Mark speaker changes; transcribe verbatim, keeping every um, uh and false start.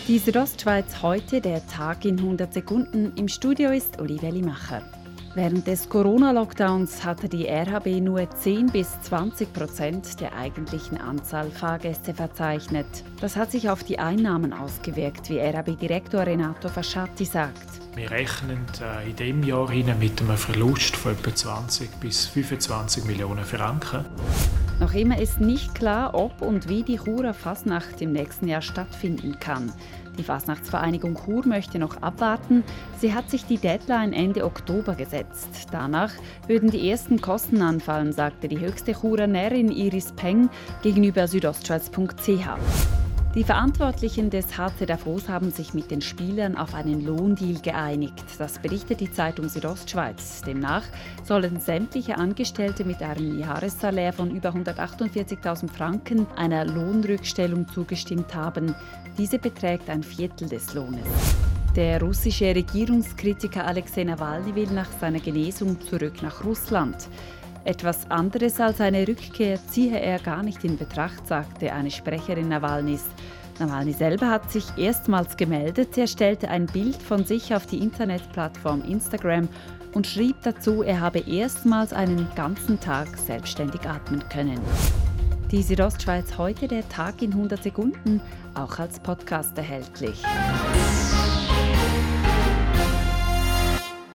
Speaker 1: Die Südostschweiz heute, der Tag in hundert Sekunden. Im Studio ist Olivia Limacher. Während des Corona-Lockdowns hatte die R H B nur zehn bis zwanzig Prozent der eigentlichen Anzahl Fahrgäste verzeichnet. Das hat sich auf die Einnahmen ausgewirkt, wie R H B-Direktor Renato Fasciatti sagt.
Speaker 2: Wir rechnen äh, in diesem Jahr mit einem Verlust von etwa zwanzig bis fünfundzwanzig Millionen Franken.
Speaker 1: Noch immer ist nicht klar, ob und wie die Churer Fasnacht im nächsten Jahr stattfinden kann. Die Fasnachtsvereinigung Chur möchte noch abwarten. Sie hat sich die Deadline Ende Oktober gesetzt. Danach würden die ersten Kosten anfallen, sagte die höchste Churer Närrin Iris Peng gegenüber südostschweiz punkt c h. Die Verantwortlichen des H C Davos haben sich mit den Spielern auf einen Lohndeal geeinigt. Das berichtet die Zeitung Südostschweiz. Demnach sollen sämtliche Angestellte mit einem Jahressalär von über hundertachtundvierzigtausend Franken einer Lohnrückstellung zugestimmt haben. Diese beträgt ein Viertel des Lohnes. Der russische Regierungskritiker Alexei Nawalny will nach seiner Genesung zurück nach Russland. Etwas anderes als eine Rückkehr ziehe er gar nicht in Betracht, sagte eine Sprecherin Nawalnys. Nawalny selber hat sich erstmals gemeldet. Er stellte ein Bild von sich auf die Internetplattform Instagram und schrieb dazu, er habe erstmals einen ganzen Tag selbstständig atmen können. Die Südostschweiz heute, der Tag in hundert Sekunden, auch als Podcast erhältlich.